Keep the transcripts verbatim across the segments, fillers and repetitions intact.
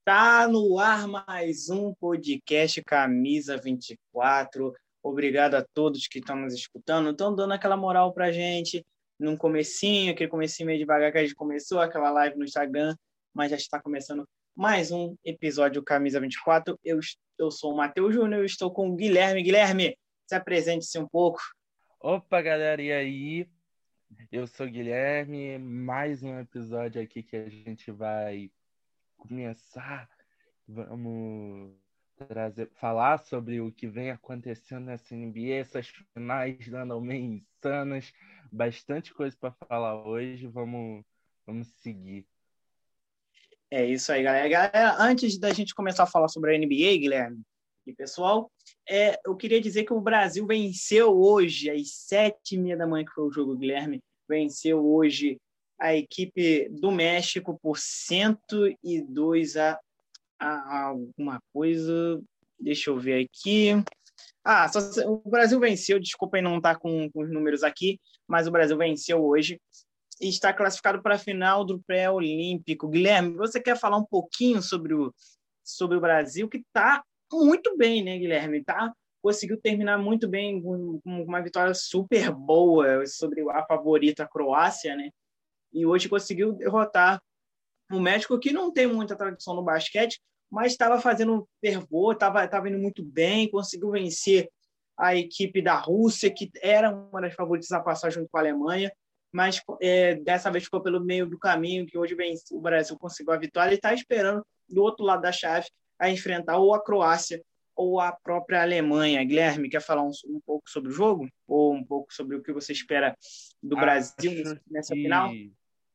Tá no ar mais um podcast Camisa vinte e quatro. Obrigado a todos que estão nos escutando, estão dando aquela moral pra gente num comecinho, aquele comecinho meio devagar que a gente começou, aquela live no Instagram, mas já está começando mais um episódio Camisa vinte e quatro. Eu, eu sou o Matheus Júnior, eu estou com o Guilherme. Guilherme, se apresente-se um pouco. Opa, galera, e aí? Eu sou o Guilherme, mais um episódio aqui que a gente vai começar. Vamos trazer, falar sobre o que vem acontecendo nessa N B A, essas finais dando meio insanas, bastante coisa para falar hoje. Vamos, vamos seguir. É isso aí, galera. Galera, antes da gente começar a falar sobre a N B A, Guilherme e pessoal, é, eu queria dizer que o Brasil venceu hoje, às sete e meia da manhã, que foi o jogo, Guilherme, venceu hoje a equipe do México por cento e dois a, a, a alguma coisa. Deixa eu ver aqui. Ah, só, o Brasil venceu, desculpa aí não estar com, com os números aqui, mas o Brasil venceu hoje e está classificado para a final do pré-olímpico. Guilherme, você quer falar um pouquinho sobre o, sobre o Brasil, que está muito bem, né, Guilherme? Tá, conseguiu terminar muito bem com uma vitória super boa sobre a favorita a Croácia, né? E hoje conseguiu derrotar o México, que não tem muita tradição no basquete, mas estava fazendo fervor, estava estava indo muito bem, conseguiu vencer a equipe da Rússia, que era uma das favoritas a passar junto com a Alemanha, mas é, dessa vez ficou pelo meio do caminho, que hoje vem, o Brasil conseguiu a vitória e está esperando do outro lado da chave a enfrentar ou a Croácia ou a própria Alemanha. Guilherme, quer falar um, um pouco sobre o jogo? Ou um pouco sobre o que você espera do Brasil Acho nessa final? que,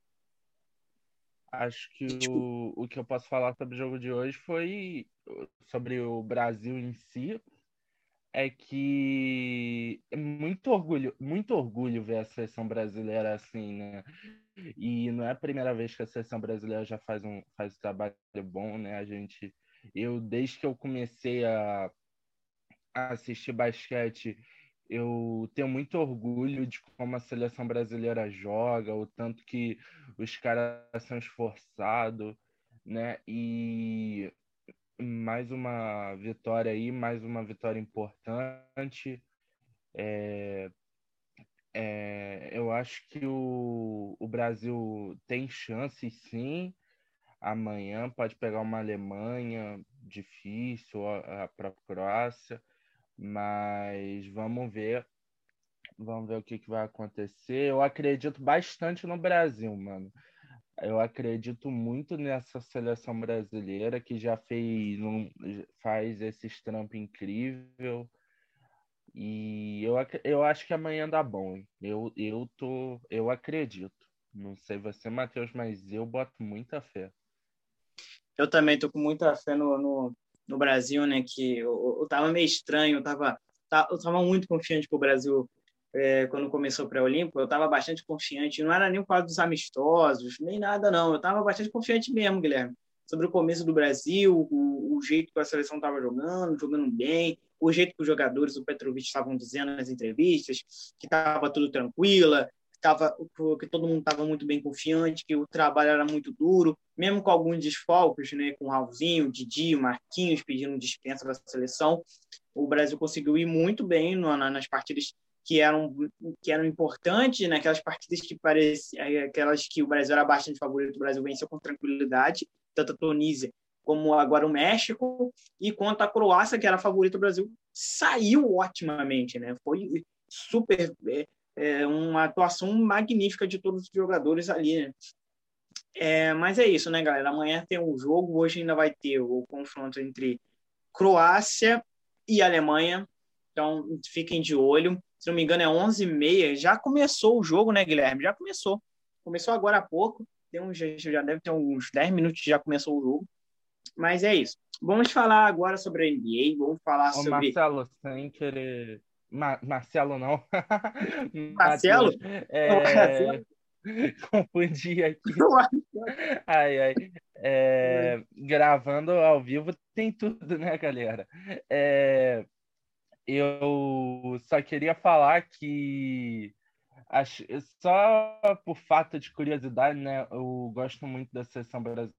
acho que o, o que eu posso falar sobre o jogo de hoje foi sobre o Brasil em si. É que é muito orgulho, muito orgulho ver a seleção brasileira assim, né? E não é a primeira vez que a seleção brasileira já faz um, faz um trabalho bom, né? A gente, eu desde que eu comecei a, a assistir basquete, eu tenho muito orgulho de como a seleção brasileira joga, o tanto que os caras são esforçados, né? E mais uma vitória aí, mais uma vitória importante. É, é, eu acho que o, o Brasil tem chance, sim. Amanhã pode pegar uma Alemanha difícil, a, a própria Croácia, mas vamos ver. Vamos ver o que, que vai acontecer. Eu acredito bastante no Brasil, mano. Eu acredito muito nessa seleção brasileira que já fez, um, faz esses trampos incríveis. E eu, eu acho que amanhã dá bom, hein? Eu, eu tô, eu acredito. Não sei você, Matheus, mas eu boto muita fé. Eu também tô com muita fé no, no, no Brasil, né? Que eu, eu tava meio estranho, eu tava, tá, eu tava muito confiante pro Brasil é, quando começou o pré-olímpico, eu tava bastante confiante, não era nem por causa dos amistosos, nem nada, não. Eu tava bastante confiante mesmo, Guilherme, sobre o começo do Brasil, o, o jeito que a seleção tava jogando, jogando bem, o jeito que os jogadores do Petrovic estavam dizendo nas entrevistas, que tava tudo tranquila, tava, que todo mundo estava muito bem confiante, que o trabalho era muito duro, mesmo com alguns desfalques, né, com o Raulzinho, o Didi, o Marquinhos pedindo dispensa da seleção, o Brasil conseguiu ir muito bem no, nas partidas que eram, que eram importantes, naquelas né, partidas que pareciam, aquelas que o Brasil era bastante favorito, o Brasil venceu com tranquilidade, tanto a Tunísia como agora o México, e quanto a Croácia, que era a favorita, o Brasil saiu otimamente, né? Foi super é, é, uma atuação magnífica de todos os jogadores ali, né? É, mas é isso, né, galera? Amanhã tem um jogo, hoje ainda vai ter o confronto entre Croácia e Alemanha, então fiquem de olho. Se não me engano, é onze e meia. Já começou o jogo, né, Guilherme? Já começou. Começou agora há pouco. Tem uns, já deve ter uns dez minutos que já começou o jogo. Mas é isso. Vamos falar agora sobre a N B A. Vamos falar Ô, sobre. Marcelo, sem querer. Ma- Marcelo, não. Marcelo? Matheus. É... Confundi aqui. Ai, ai. É... Gravando ao vivo tem tudo, né, galera? É... Eu só queria falar que acho, só por fato de curiosidade, né? Eu gosto muito da seleção brasileira,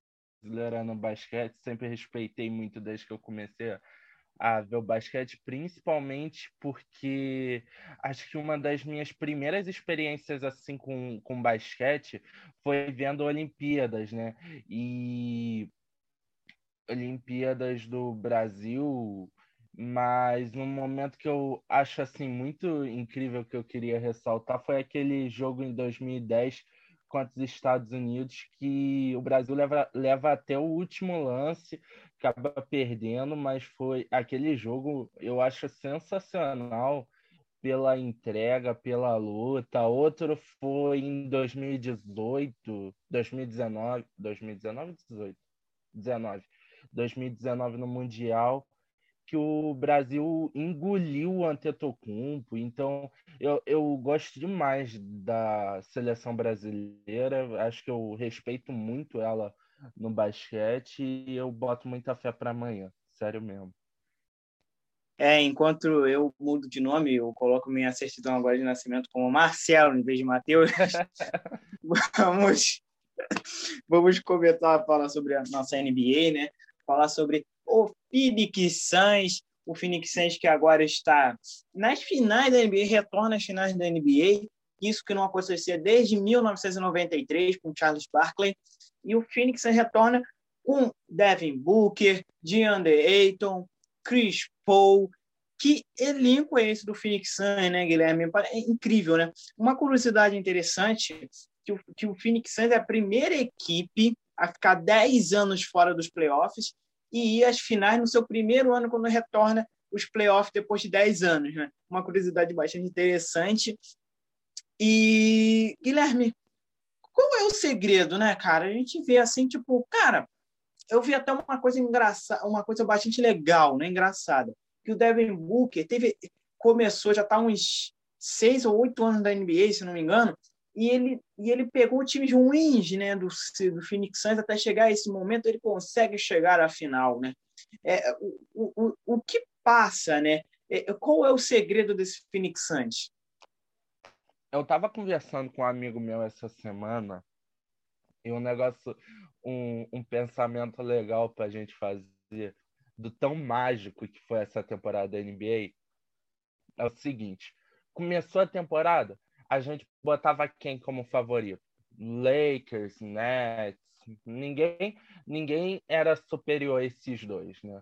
brasileira no basquete, sempre respeitei muito desde que eu comecei a ver o basquete, principalmente porque acho que uma das minhas primeiras experiências assim com, com basquete foi vendo Olimpíadas, né? E Olimpíadas do Brasil, mas um momento que eu acho assim muito incrível que eu queria ressaltar foi aquele jogo em dois mil e dez contra os Estados Unidos, que o Brasil leva, leva até o último lance, acaba perdendo, mas foi aquele jogo eu acho sensacional pela entrega, pela luta. Outro foi em dois mil e dezoito, dois mil e dezenove, dois mil e dezenove, dezoito, dezenove, dois mil e dezenove no Mundial, que o Brasil engoliu o Antetokounmpo. Então, eu, eu gosto demais da seleção brasileira. Acho que eu respeito muito ela no basquete e eu boto muita fé para amanhã. Sério mesmo. É, enquanto eu mudo de nome, eu coloco minha certidão agora de nascimento como Marcelo em vez de Matheus. vamos, vamos comentar, falar sobre a nossa N B A, né? Falar sobre o Phoenix Suns, o Phoenix Suns que agora está nas finais da N B A, retorna às finais da N B A, isso que não acontecia desde mil novecentos e noventa e três com Charles Barkley, e o Phoenix Suns retorna com Devin Booker, DeAndre Ayton, Chris Paul. Que elenco é esse do Phoenix Suns, né, Guilherme? É incrível, né? Uma curiosidade interessante, que o, que o Phoenix Suns é a primeira equipe a ficar dez anos fora dos playoffs e ir às finais no seu primeiro ano, quando retorna os playoffs depois de dez anos, né? Uma curiosidade bastante interessante. E, Guilherme, qual é o segredo, né, cara? A gente vê assim, tipo, cara, eu vi até uma coisa engraçada, uma coisa bastante legal, né, engraçada, que o Devin Booker teve, começou, já está uns seis ou oito anos da N B A, se não me engano, e ele, e ele pegou times ruins, né, do, do Phoenix Suns até chegar a esse momento, ele consegue chegar à final, né? É, o, o, o que passa, né? É, qual é o segredo desse Phoenix Suns? Eu estava conversando com um amigo meu essa semana e um negócio, um, um pensamento legal para a gente fazer do tão mágico que foi essa temporada da N B A é o seguinte: começou a temporada, a gente botava quem como favorito? Lakers, Nets, ninguém, ninguém era superior a esses dois, né?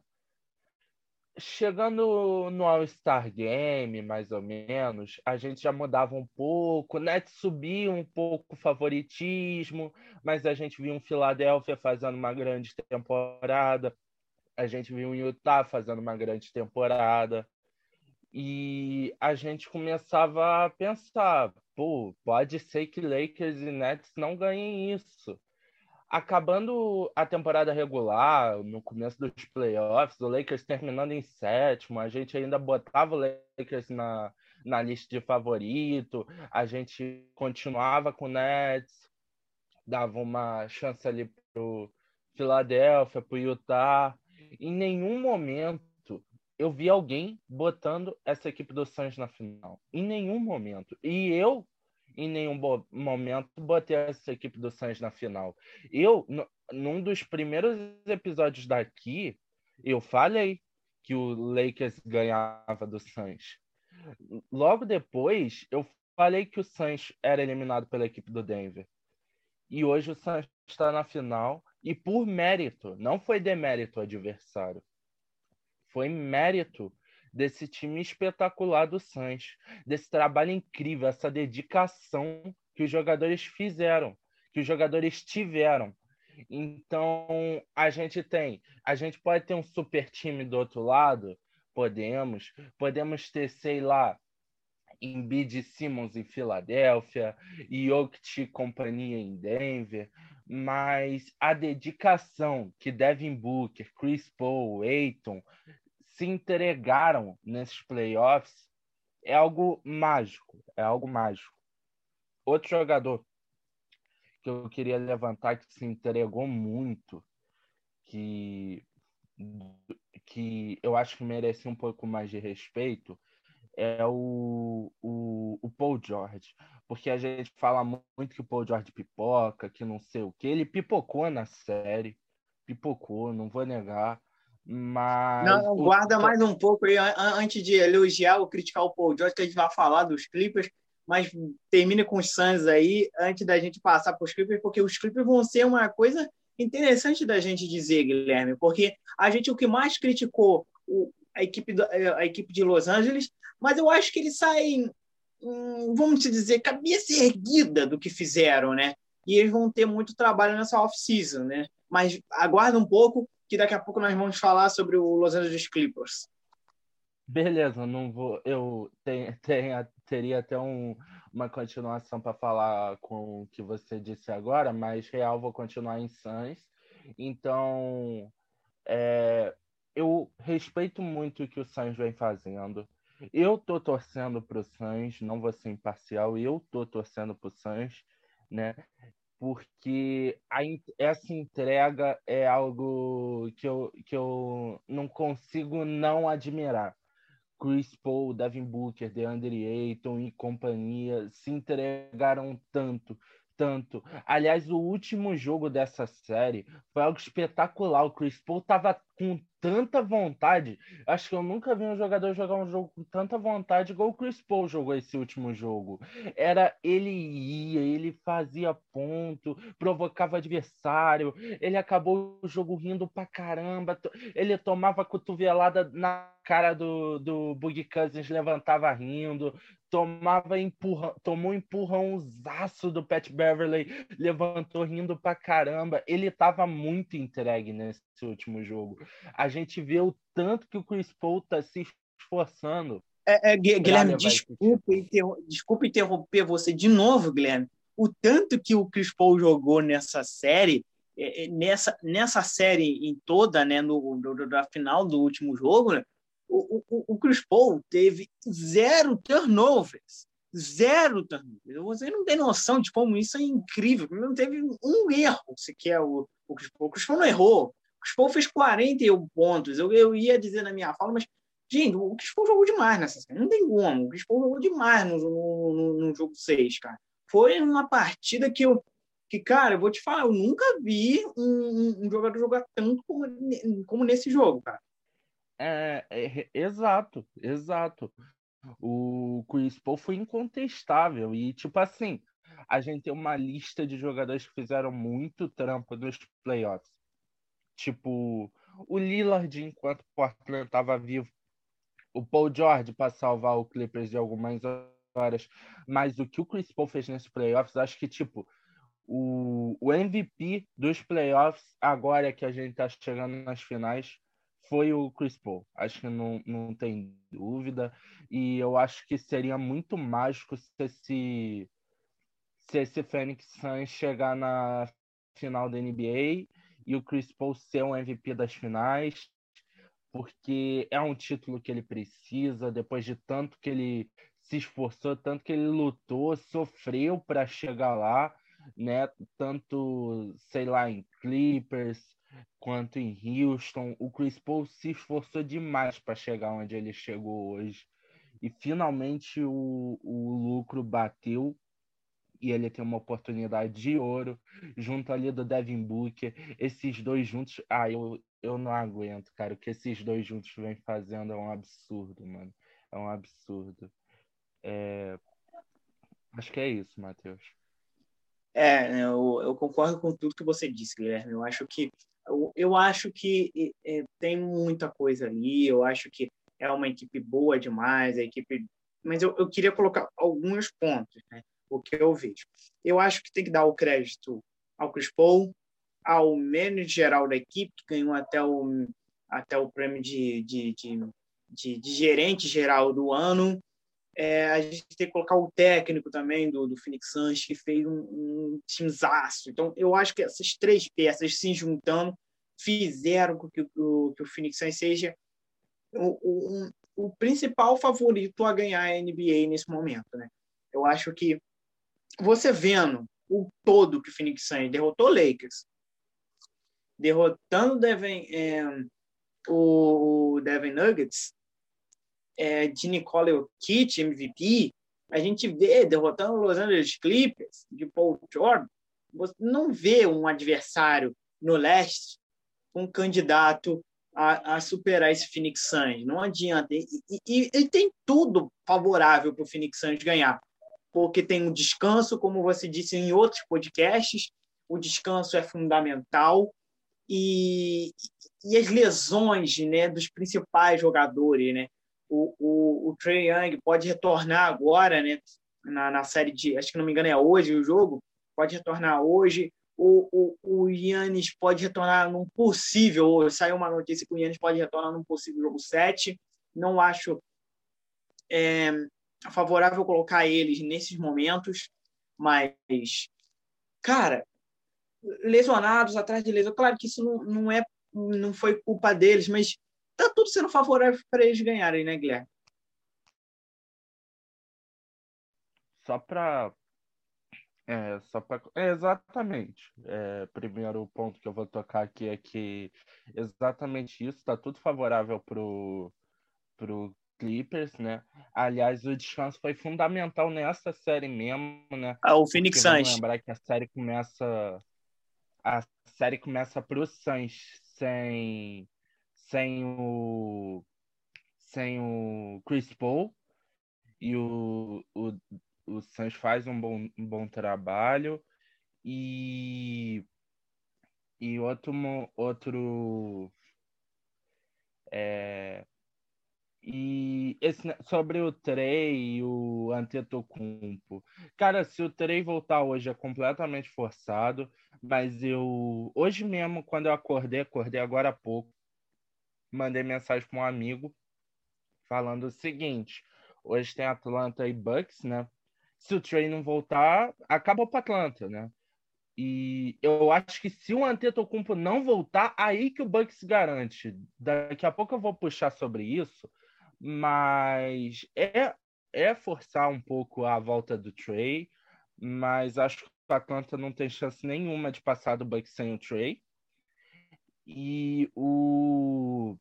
Chegando no All-Star Game, mais ou menos, a gente já mudava um pouco, o Nets subia um pouco o favoritismo, mas a gente viu um Philadelphia fazendo uma grande temporada, a gente viu um Utah fazendo uma grande temporada, e a gente começava a pensar, pô, pode ser que Lakers e Nets não ganhem isso. Acabando a temporada regular, no começo dos playoffs, o Lakers terminando em sétimo, a gente ainda botava o Lakers na, na lista de favorito, a gente continuava com o Nets, dava uma chance ali pro Philadelphia, pro Utah. Em nenhum momento eu vi alguém botando essa equipe do Suns na final. Em nenhum momento. E eu em nenhum momento botei essa equipe do Suns na final. Eu, num dos primeiros episódios daqui, eu falei que o Lakers ganhava do Suns. Logo depois, eu falei que o Suns era eliminado pela equipe do Denver. E hoje o Suns está na final e por mérito, não foi demérito o adversário. Foi mérito desse time espetacular do Suns, desse trabalho incrível, essa dedicação que os jogadores fizeram, que os jogadores tiveram. Então, a gente tem, a gente pode ter um super time do outro lado, podemos, podemos ter, sei lá, Embiid e Simmons em Filadélfia, Jokic e companhia em Denver, mas a dedicação que Devin Booker, Chris Paul, Ayton se entregaram nesses playoffs é algo mágico, é algo mágico. Outro jogador que eu queria levantar que se entregou muito, que, que eu acho que merece um pouco mais de respeito, é o, o, o Paul George. Porque a gente fala muito que o Paul George pipoca, que não sei o que. Ele pipocou na série. pipocou, não vou negar. Mas Não, o... guarda mais um pouco aí antes de elogiar ou criticar o Paul George, que a gente vai falar dos Clippers, mas termine com os Suns aí, antes da gente passar para os Clippers, porque os Clippers vão ser uma coisa interessante da gente dizer, Guilherme, porque a gente o que mais criticou o, a, equipe do, a equipe de Los Angeles, mas eu acho que eles saem, hum, vamos dizer, cabeça erguida do que fizeram, né? E eles vão ter muito trabalho nessa off-season, né? Mas aguarda um pouco, que daqui a pouco nós vamos falar sobre o Los Angeles Clippers. Beleza, não vou. Eu tenho, tenho, teria até um, uma continuação para falar com o que você disse agora, mas real vou continuar em Suns. Então, é, eu respeito muito o que o Suns vem fazendo. Eu tô torcendo pro Suns, não vou ser imparcial, eu tô torcendo pro Suns, né? Porque a, essa entrega é algo que eu, que eu não consigo não admirar. Chris Paul, Devin Booker, DeAndre Ayton e companhia se entregaram tanto, tanto. Aliás, o último jogo dessa série foi algo espetacular. O Chris Paul estava com tanta vontade. Acho que eu nunca vi um jogador jogar um jogo com tanta vontade igual o Chris Paul jogou esse último jogo. Era ele ia, ele fazia ponto, provocava adversário, ele acabou o jogo rindo pra caramba, ele tomava cotovelada na cara do, do Boogie Cousins, levantava rindo, tomava empurrão, tomou um empurrãozaço do Pat Beverley, levantou rindo pra caramba. Ele tava muito entregue nesse último jogo. A gente vê o tanto que o Chris Paul tá se esforçando. É, é, Guilherme, desculpa, interrom desculpa interromper você de novo, Guilherme. O tanto que o Chris Paul jogou nessa série, é, nessa, nessa série em toda, né, no, no, na final do último jogo, né, o, o, o Chris Paul teve zero turnovers. Zero turnovers. Você não tem noção de como isso é incrível. Não teve um erro sequer o, o Chris Paul. O Chris Paul não errou. O Chris Paul fez quarenta e um pontos. Eu, eu ia dizer na minha fala, mas gente, o Chris Paul jogou demais nessa série. Não tem como. O Chris Paul jogou demais no, no, no jogo seis, cara. Foi uma partida que eu... Que, cara, eu vou te falar, eu nunca vi um, um jogador jogar tanto como, como nesse jogo, cara. É, é, exato, exato. O Chris Paul foi incontestável. E, tipo assim, a gente tem uma lista de jogadores que fizeram muito trampo nos playoffs. Tipo, o Lillard, enquanto o Portland estava vivo, o Paul George para salvar o Clippers de algumas horas. Mas o que o Chris Paul fez nesses playoffs, acho que, tipo, o, o M V P dos playoffs, agora que a gente está chegando nas finais, foi o Chris Paul. Acho que não, não tem dúvida. E eu acho que seria muito mágico se esse, se esse Phoenix Suns chegar na final da N B A e o Chris Paul ser o M V P das finais, porque é um título que ele precisa, depois de tanto que ele se esforçou, tanto que ele lutou, sofreu para chegar lá, né? Tanto, sei lá, em Clippers quanto em Houston. O Chris Paul se esforçou demais para chegar onde ele chegou hoje. E finalmente o, o lucro bateu e ele tem uma oportunidade de ouro junto ali do Devin Booker. Esses dois juntos, ah, eu, eu não aguento, cara. O que esses dois juntos vêm fazendo é um absurdo, mano. É um absurdo. É... Acho que é isso, Matheus. É, eu, eu concordo com tudo que você disse, Guilherme. Eu acho que eu, eu acho que é, tem muita coisa ali. Eu acho que é uma equipe boa demais, a equipe. Mas eu, eu queria colocar alguns pontos, né? O que eu vejo. Eu acho que tem que dar o crédito ao Chris Paul, ao manager geral da equipe, que ganhou até o, até o prêmio de, de, de, de, de gerente geral do ano. É, a gente tem que colocar o técnico também do, do Phoenix Suns, que fez um, um timezaço. Então, eu acho que essas três peças se juntando fizeram com que, o, que o Phoenix Suns seja o, o, o principal favorito a ganhar a N B A nesse momento, né? Eu acho que você vendo o todo que o Phoenix Suns derrotou o Lakers, derrotando o Devin, é, o Devin Nuggets, é, de Nikola Jokic, M V P, a gente vê derrotando o Los Angeles Clippers, de Paul George, você não vê um adversário no leste um candidato a, a superar esse Phoenix Suns. Não adianta. E, e, e tem tudo favorável para o Phoenix Suns ganhar, porque tem um descanso, como você disse em outros podcasts, o descanso é fundamental, e, e as lesões, né, dos principais jogadores, né? O, o, o Trae Young pode retornar agora, né, na, na série de, acho que não me engano é hoje o jogo, pode retornar hoje. O, o, o Giannis pode retornar num possível, saiu uma notícia que o Giannis pode retornar num possível jogo sete. Não acho é, favorável colocar eles nesses momentos, mas, cara, lesionados atrás de lesão, claro que isso não, não, é, não foi culpa deles, mas tá tudo sendo favorável para eles ganharem, né, Guilherme? Só para É, só pra... é, exatamente. É, primeiro ponto que eu vou tocar aqui é que exatamente isso, está tudo favorável pro, pro Clippers, né? Aliás, o descanso foi fundamental nessa série mesmo, né? Ah, o Porque Phoenix vamos Suns. lembrar que a série começa a série começa pro Suns sem sem o sem o Chris Paul e o, o, o Suns faz um bom, um bom trabalho. E, e outro, outro é, e esse, sobre o Trey e o Antetokounmpo. Cara, se o Trey voltar hoje é completamente forçado, mas eu hoje mesmo, quando eu acordei, acordei agora há pouco, mandei mensagem para um amigo falando o seguinte: hoje tem Atlanta e Bucks, né? Se o Trey não voltar, acabou para Atlanta, né? E eu acho que se o Antetokounmpo não voltar, aí que o Bucks garante. Daqui a pouco eu vou puxar sobre isso, mas é, é forçar um pouco a volta do Trey, mas acho que o Atlanta não tem chance nenhuma de passar do Bucks sem o Trey. E o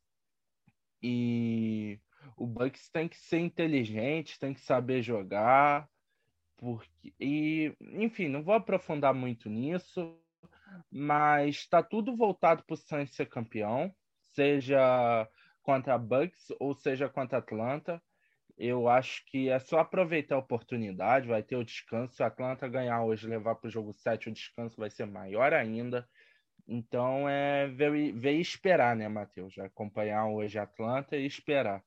e o Bucks tem que ser inteligente, tem que saber jogar, porque e enfim, não vou aprofundar muito nisso. Mas está tudo voltado para o Suns ser campeão, seja contra a Bucks ou seja contra a Atlanta. Eu acho que é só aproveitar a oportunidade, vai ter o descanso. Se a Atlanta ganhar hoje e levar para o jogo sete, o descanso vai ser maior ainda. Então é ver, ver e esperar, né, Matheus? Acompanhar hoje a Atlanta e esperar.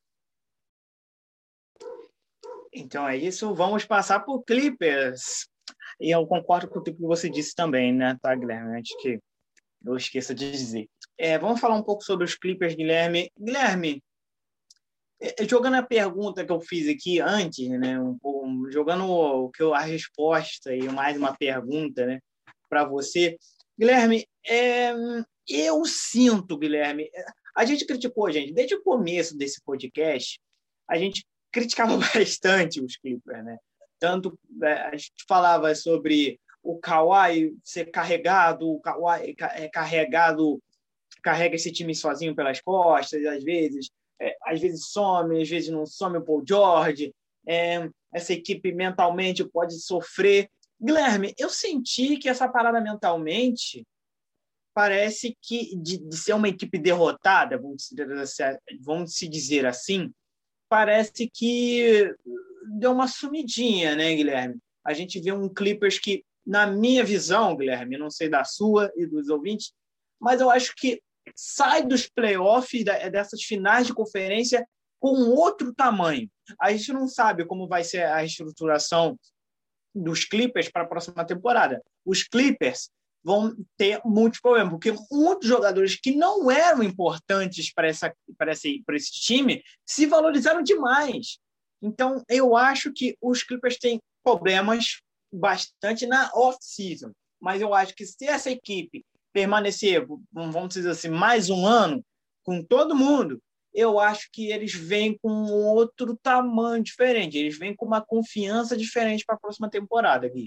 Então é isso, vamos passar por Clippers. E eu concordo com tudo que você disse também, né, tá, Guilherme? Antes que eu esqueça de dizer. É, vamos falar um pouco sobre os Clippers, Guilherme. Guilherme, é, jogando a pergunta que eu fiz aqui antes, né, um, um, jogando o, que eu, a resposta e mais uma pergunta, né, para você. Guilherme, é, eu sinto, Guilherme, a gente criticou, gente, desde o começo desse podcast, a gente criticava bastante os Clippers, né? Tanto a gente falava sobre o Kawhi ser carregado, o Kawhi é carregado, carrega esse time sozinho pelas costas, às vezes, é, às vezes some, às vezes não some o Paul George, é, essa equipe mentalmente pode sofrer. Guilherme, eu senti que essa parada mentalmente parece que de, de ser uma equipe derrotada, vamos, vamos se dizer assim, parece que deu uma sumidinha, né, Guilherme? A gente vê um Clippers que, na minha visão, Guilherme, não sei da sua e dos ouvintes, mas eu acho que sai dos playoffs, dessas finais de conferência, com outro tamanho. A gente não sabe como vai ser a reestruturação dos Clippers para a próxima temporada. Os Clippers vão ter muitos problemas, porque muitos jogadores que não eram importantes para, essa, para, esse, para esse time se valorizaram demais. Então, eu acho que os Clippers têm problemas bastante na off-season, mas eu acho que se essa equipe permanecer, vamos dizer assim, mais um ano com todo mundo, eu acho que eles vêm com outro tamanho diferente, eles vêm com uma confiança diferente para a próxima temporada, Gui.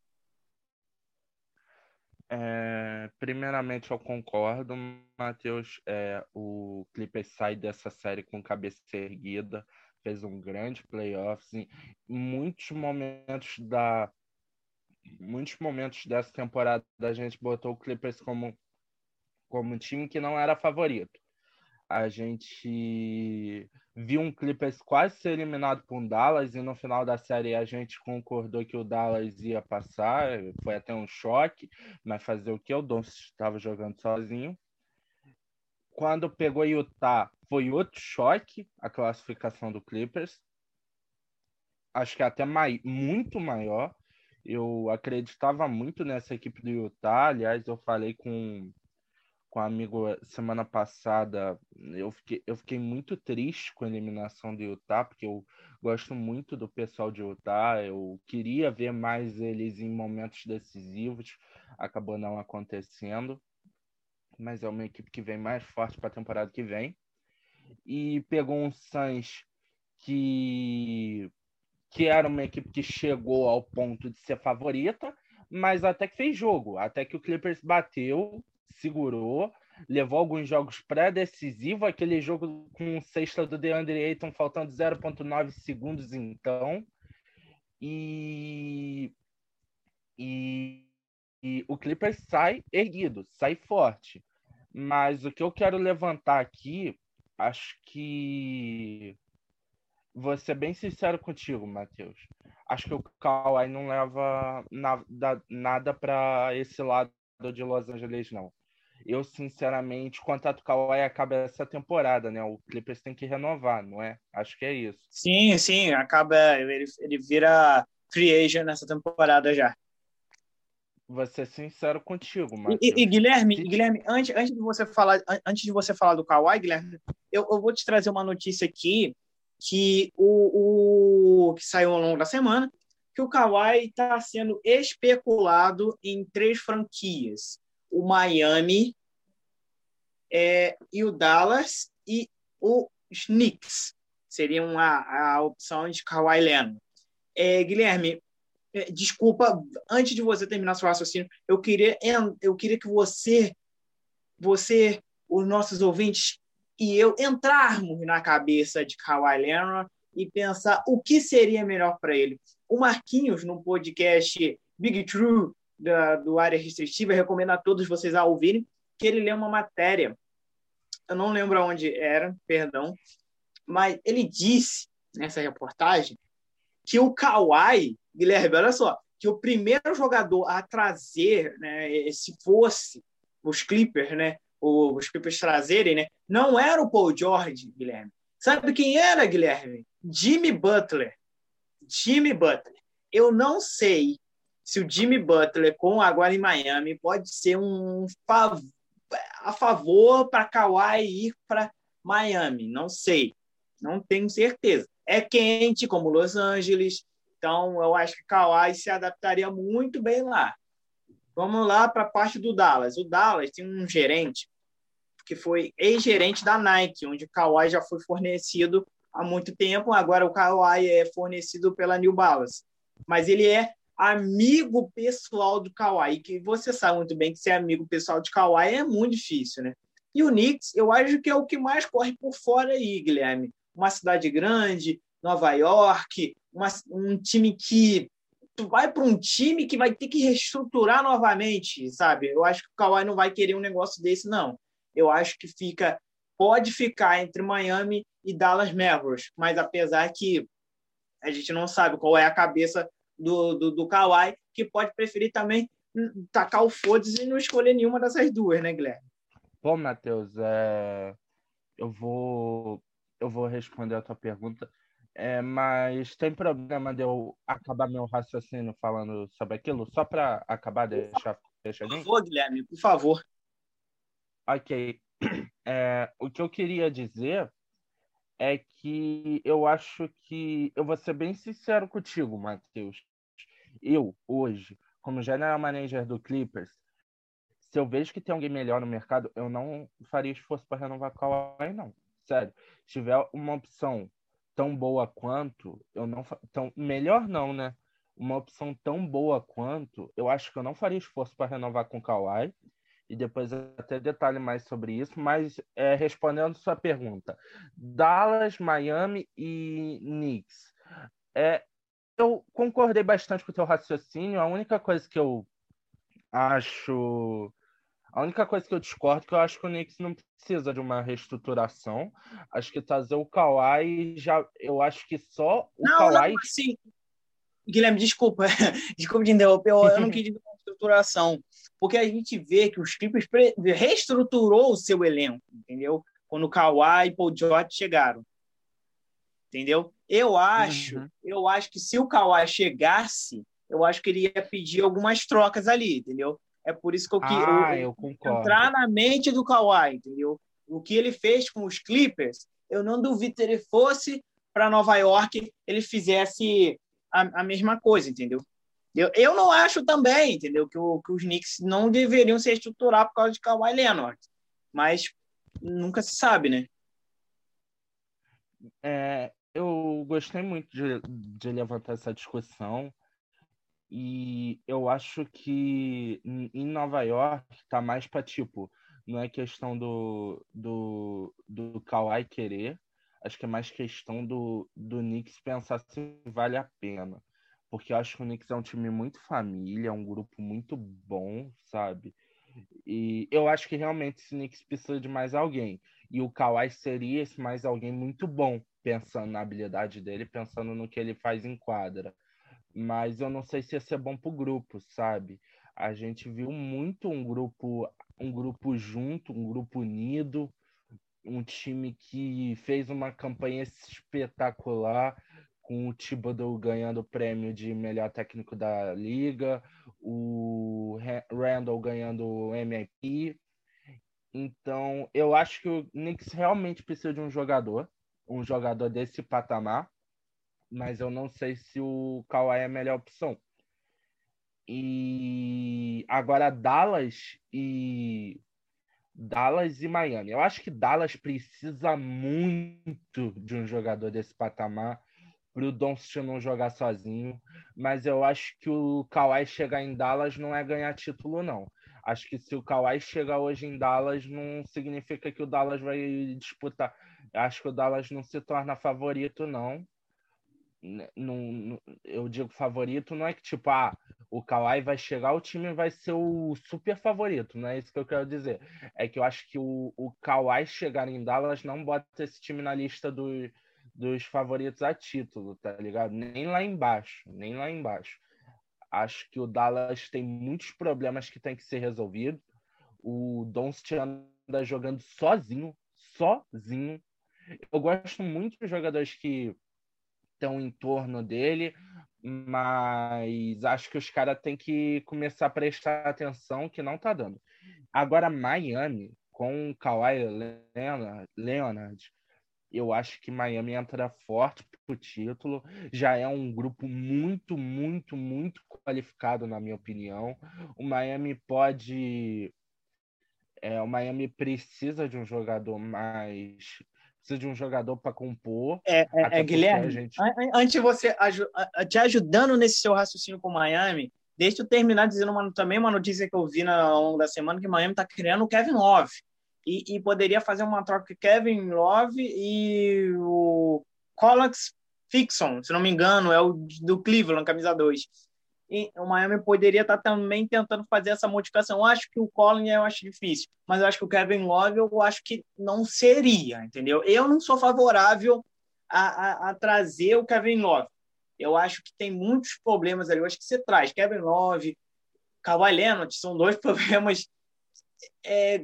É, primeiramente, eu concordo, Matheus. É, o Clippers sai dessa série com cabeça erguida, fez um grande playoffs. Em muitos momentos da, muitos momentos dessa temporada, a gente botou o Clippers como como um time que não era favorito. A gente viu um Clippers quase ser eliminado por um Dallas e no final da série a gente concordou que o Dallas ia passar. Foi até um choque, mas fazer o que? O Doncic estava jogando sozinho. Quando pegou Utah, foi outro choque a classificação do Clippers. Acho que até mai, muito maior. Eu acreditava muito nessa equipe do Utah. Aliás, eu falei com, com um amigo semana passada. Eu fiquei, eu fiquei muito triste com a eliminação do Utah, porque eu gosto muito do pessoal de Utah. Eu queria ver mais eles em momentos decisivos. Acabou não acontecendo. Mas é uma equipe que vem mais forte para a temporada que vem. E pegou um Suns que... que era uma equipe que chegou ao ponto de ser favorita, mas até que fez jogo, até que o Clippers bateu, segurou, levou alguns jogos pré-decisivos, aquele jogo com sexta do DeAndre Ayton faltando zero vírgula nove segundos então, e... e... e o Clippers sai erguido, sai forte. Mas o que eu quero levantar aqui, acho que... vou ser bem sincero contigo, Matheus. Acho que o Kawhi não leva nada, nada para esse lado de Los Angeles, não. Eu, sinceramente, o contrato do Kawhi acaba essa temporada, né? O Clippers tem que renovar, não é? Acho que é isso. Sim, sim, acaba, ele, ele vira free agent nessa temporada já. Vou ser sincero contigo, E, Matheus. e, e Guilherme, Se... Guilherme antes, antes, de você falar, antes de você falar do Kawhi, Guilherme, eu, eu vou te trazer uma notícia aqui que, o, o, que saiu ao longo da semana, que o Kawhi está sendo especulado em três franquias. O Miami, é, e o Dallas e o Knicks. Seriam a, a opção de Kawhi Leonard. É, Guilherme, desculpa, antes de você terminar seu raciocínio, eu queria, eu queria que você, você, os nossos ouvintes e eu entrarmos na cabeça de Kawhi Leonard e pensar o que seria melhor para ele. O Marquinhos, no podcast Big True, da, do Área Restritiva, recomendo a todos vocês a ouvirem, que ele lê uma matéria, eu não lembro onde era, perdão, mas ele disse nessa reportagem que o Kawhi, Guilherme, olha só, que o primeiro jogador a trazer, né, se fosse os Clippers, né, os Clippers trazerem, né, não era o Paul George, Guilherme. Sabe quem era, Guilherme? Jimmy Butler. Jimmy Butler. Eu não sei se o Jimmy Butler, com agora em Miami, pode ser um fav- a favor para Kawhi ir para Miami. Não sei. Não tenho certeza. É quente, como Los Angeles. Então, eu acho que Kawhi se adaptaria muito bem lá. Vamos lá para a parte do Dallas. O Dallas tem um gerente que foi ex-gerente da Nike, onde o Kawhi já foi fornecido há muito tempo. Agora o Kawhi é fornecido pela New Balance. Mas ele é amigo pessoal do Kawhi, que você sabe muito bem que ser amigo pessoal de Kawhi é muito difícil, né? E o Knicks, eu acho que é o que mais corre por fora aí, Guilherme. Uma cidade grande, Nova York, uma, um time que... Tu vai para um time que vai ter que reestruturar novamente, sabe? Eu acho que o Kawhi não vai querer um negócio desse, não. Eu acho que fica, pode ficar entre Miami e Dallas Mavericks, mas apesar que a gente não sabe qual é a cabeça do, do, do Kawhi, que pode preferir também tacar o foda-se e não escolher nenhuma dessas duas, né, Guilherme? Bom, Matheus, é... eu vou eu vou responder a tua pergunta, é, mas tem problema de eu acabar meu raciocínio falando sobre aquilo, só para acabar, deixar fechadinho? Por favor, Guilherme, por favor. Ok. É, o que eu queria dizer é que eu acho que... Eu vou ser bem sincero contigo, Matheus. Eu, hoje, como general manager do Clippers, se eu vejo que tem alguém melhor no mercado, eu não faria esforço para renovar com a Kawhi, não. Sério. Se tiver uma opção tão boa quanto, eu não... Tão... Melhor não, né? Uma opção tão boa quanto, eu acho que eu não faria esforço para renovar com o Kawhi. E depois até detalhe mais sobre isso, mas é, respondendo sua pergunta, Dallas, Miami e Knicks. É, eu concordei bastante com o teu raciocínio. A única coisa que eu acho A única coisa que eu discordo é que eu acho que o Knicks não precisa de uma reestruturação. Acho que trazer o Kawhi já. Eu acho que só o Não, não, Kawhi. assim, Guilherme, desculpa, desculpa te interromper, eu, eu não quis dizer uma estruturação, porque a gente vê que os Clippers pre- reestruturou o seu elenco, entendeu? Quando o Kawhi e Paul George chegaram, entendeu? Eu acho, Uhum. eu acho que se o Kawhi chegasse, eu acho que ele ia pedir algumas trocas ali, entendeu? É por isso que eu quis eu, Ah, eu eu quis concordo. entrar na mente do Kawhi, entendeu? O que ele fez com os Clippers, eu não duvido que ele fosse para Nova York, ele fizesse a, a mesma coisa, entendeu? Eu, eu não acho também, entendeu, que, o, que os Knicks não deveriam se estruturar por causa de Kawhi Leonard, mas nunca se sabe, né? É, eu gostei muito de, de levantar essa discussão e eu acho que em em Nova York tá mais para tipo, não é questão do, do, do Kawhi querer, acho que é mais questão do, do Knicks pensar se vale a pena. Porque eu acho que o Knicks é um time muito família, é um grupo muito bom, sabe? E eu acho que realmente esse Knicks precisa de mais alguém. E o Kawhi seria esse mais alguém muito bom, pensando na habilidade dele, pensando no que ele faz em quadra. Mas eu não sei se ia ser bom pro grupo, sabe? A gente viu muito um grupo, um grupo junto, um grupo unido, um time que fez uma campanha espetacular, com o Thibodeau ganhando o prêmio de melhor técnico da liga, o Randall ganhando o M V P. Então, eu acho que o Knicks realmente precisa de um jogador, um jogador desse patamar, mas eu não sei se o Kawhi é a melhor opção. E agora Dallas e Dallas e Miami. Eu acho que Dallas precisa muito de um jogador desse patamar para o Doncic não jogar sozinho, mas eu acho que o Kawhi chegar em Dallas não é ganhar título, não. Acho que se o Kawhi chegar hoje em Dallas, não significa que o Dallas vai disputar. Acho que o Dallas não se torna favorito, não. Não, eu digo favorito, não é que tipo, ah, o Kawhi vai chegar, o time vai ser o super favorito, não é isso que eu quero dizer. É que eu acho que o, o Kawhi chegar em Dallas não bota esse time na lista do, dos favoritos a título, tá ligado? Nem lá embaixo, nem lá embaixo. Acho que o Dallas tem muitos problemas que tem que ser resolvido. O Doncic anda jogando sozinho, sozinho. Eu gosto muito dos jogadores que estão em torno dele, mas acho que os caras têm que começar a prestar atenção que não tá dando. Agora, Miami, com o Kawhi Leonard, Leonard, eu acho que Miami entra forte pro título. Já é um grupo muito, muito, muito qualificado, na minha opinião. O Miami pode. É, o Miami precisa de um jogador mais. Precisa de um jogador para compor, É, é, é, até porque a Guilherme, gente. an- an- antes de você aju- a- te ajudando nesse seu raciocínio com o Miami, deixa eu terminar dizendo uma, também uma notícia que eu vi na, ao longo da semana que o Miami está criando o Kevin Love e, e poderia fazer uma troca com Kevin Love e o Colin Fixon, se não me engano, é o do Cleveland, camisa dois. E o Miami poderia estar também tentando fazer essa modificação. Eu acho que o Collin eu acho difícil, mas eu acho que o Kevin Love eu acho que não seria, entendeu? Eu não sou favorável a, a, a trazer o Kevin Love. Eu acho que tem muitos problemas ali. Eu acho que você traz Kevin Love, Kawhi Leonard, são dois problemas é,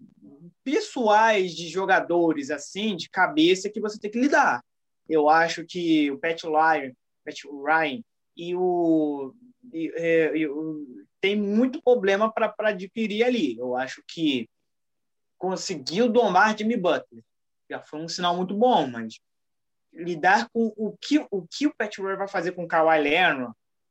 pessoais de jogadores, assim, de cabeça, que você tem que lidar. Eu acho que o Pat Ryan, Pat Ryan e o, e, é, e, o tem muito problema para adquirir ali. Eu acho que conseguiu domar Jimmy Butler. Já foi um sinal muito bom, mas lidar com o que o, que o Pat Ryan vai fazer com o Kawhi Leonard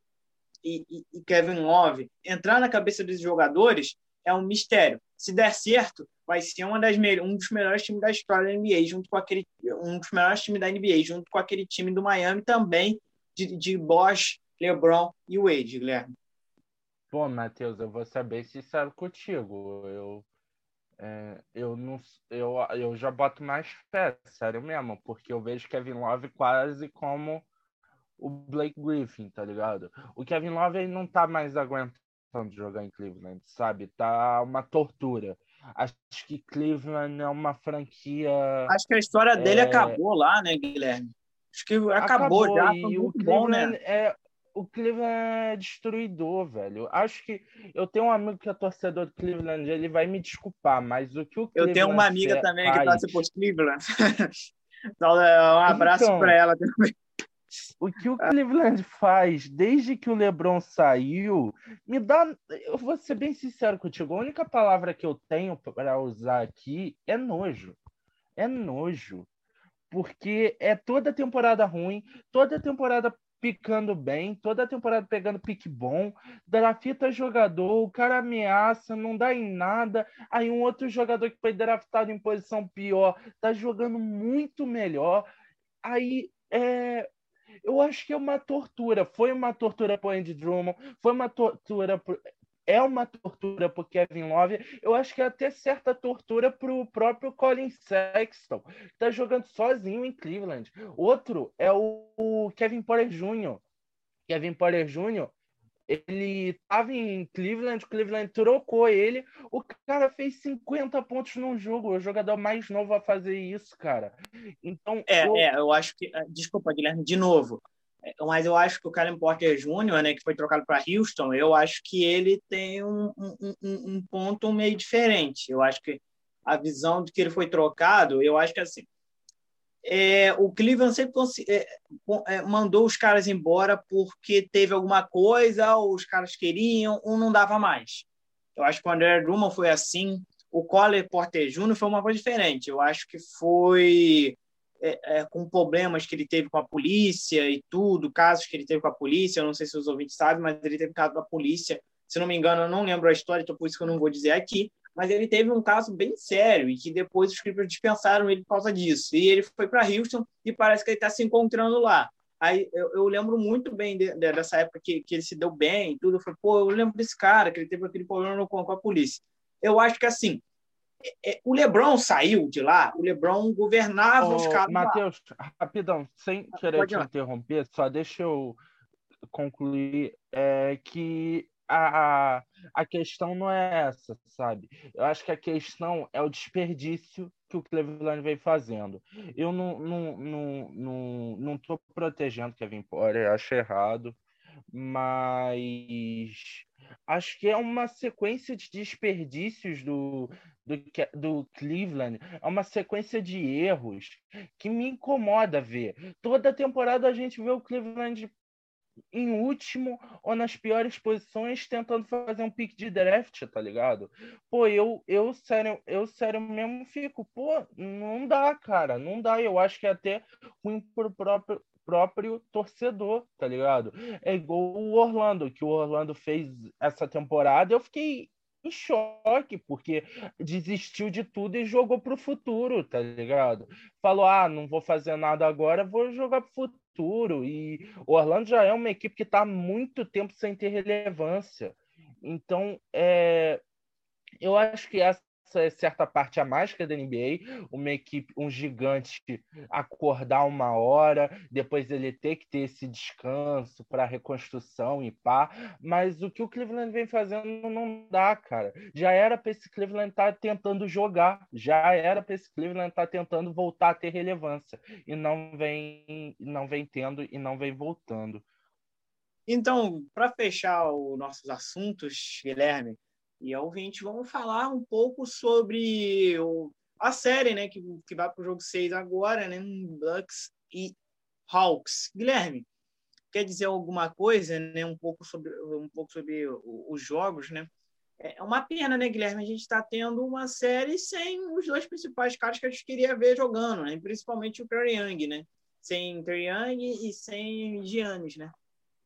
e, e, e Kevin Love, entrar na cabeça dos jogadores é um mistério. Se der certo, vai ser uma das um dos melhores times da história da N B A, junto com aquele um dos melhores times da N B A, junto com aquele time do Miami também de, de Bosh, LeBron e Wade, Guilherme. Pô, Matheus, eu vou ser bem sincero contigo. Eu, é, eu, não, eu, eu já boto mais fé, sério mesmo, porque eu vejo Kevin Love quase como o Blake Griffin, tá ligado? O Kevin Love ele não tá mais aguentando gostando de jogar em Cleveland, sabe? Tá uma tortura. Acho que Cleveland é uma franquia. Acho que a história dele É, acabou lá, né, Guilherme? Acho que acabou acabou. já, foi E o muito bom, né? Cleveland é. O Cleveland é destruidor, velho. Acho que eu tenho um amigo que é torcedor do Cleveland, ele vai me desculpar, mas o que o Eu tenho uma Cleveland amiga fe- também que faz. torce por Cleveland. Então, é, um abraço para Então, ela também. o que o Cleveland faz desde que o LeBron saiu, me dá. Eu vou ser bem sincero contigo, a única palavra que eu tenho para usar aqui é nojo. É nojo. Porque é toda temporada ruim, toda temporada picando bem, toda temporada pegando pique bom, drafta jogador, o cara ameaça, não dá em nada. Aí um outro jogador que foi draftado em posição pior tá jogando muito melhor. Aí é, eu acho que é uma tortura. Foi uma tortura pro Andy Drummond, foi uma tortura pro, é uma tortura pro Kevin Love. Eu acho que é até certa tortura pro próprio Colin Sexton, que tá jogando sozinho em Cleveland. Outro é o, o Kevin Porter Júnior Kevin Porter Júnior, ele estava em Cleveland, o Cleveland trocou ele, o cara fez cinquenta pontos num jogo, o jogador mais novo a fazer isso, cara. Então, É, eu, é, eu acho que. Desculpa, Guilherme, de novo. É, mas eu acho que o Kalen Porter Júnior, né, que foi trocado para Houston, eu acho que ele tem um, um, um, um ponto meio diferente. Eu acho que a visão de que ele foi trocado, eu acho que assim. É, o Cleveland sempre é, é, mandou os caras embora porque teve alguma coisa, ou os caras queriam, ou não dava mais. Eu acho que o André Drummond foi assim, o Colin Porter Júnior foi uma coisa diferente. Eu acho que foi é, é, com problemas que ele teve com a polícia e tudo, casos que ele teve com a polícia. Eu não sei se os ouvintes sabem, mas ele teve caso da polícia. Se não me engano, eu não lembro a história, então por isso que eu não vou dizer aqui. Mas ele teve um caso bem sério e que depois os Clippers dispensaram ele por causa disso. E ele foi para Houston e parece que ele está se encontrando lá. Aí eu, eu lembro muito bem de, de, dessa época que, que ele se deu bem e tudo. Eu falei, pô, eu lembro desse cara, que ele teve aquele problema com, com a polícia. Eu acho que, assim, é, é, o LeBron saiu de lá, o LeBron governava os Ô, caras lá. Matheus, rapidão, sem querer Pode ir te lá. interromper, só deixa eu concluir é, que a, a questão não é essa, sabe? Eu acho que a questão é o desperdício que o Cleveland vem fazendo. Eu não, não, não, não, não tô protegendo Kevin Porter, acho errado, mas acho que é uma sequência de desperdícios do, do, do Cleveland, é uma sequência de erros que me incomoda ver. Toda temporada a gente vê o Cleveland em último ou nas piores posições tentando fazer um pick de draft, tá ligado? Pô, eu, eu sério, eu sério mesmo fico, pô, não dá, cara, não dá. Eu acho que é até ruim pro próprio próprio torcedor, tá ligado? É igual o Orlando, que o Orlando fez essa temporada, eu fiquei em choque, porque desistiu de tudo e jogou pro futuro, tá ligado? Falou, ah, não vou fazer nada agora, vou jogar pro futuro. E o Orlando já é uma equipe que está há muito tempo sem ter relevância. Então, é, eu acho que essa é certa parte a mágica da N B A, uma equipe, um gigante acordar uma hora, depois ele ter que ter esse descanso para reconstrução e pá, mas o que o Cleveland vem fazendo não dá, cara. Já era para esse Cleveland estar tá tentando jogar, já era para esse Cleveland estar tá tentando voltar a ter relevância e não vem, não vem tendo e não vem voltando. Então, para fechar os nossos assuntos, Guilherme e ouvinte, vamos falar um pouco sobre o, a série, né, que, que vai para o jogo seis agora, né, Bucks e Hawks. Guilherme, quer dizer alguma coisa, né, um pouco sobre, um pouco sobre os jogos, né? É uma pena, né, Guilherme? A gente está tendo uma série sem os dois principais caras que a gente queria ver jogando, né? Principalmente o Trae Young, né? Sem Trae Young e sem Giannis, né?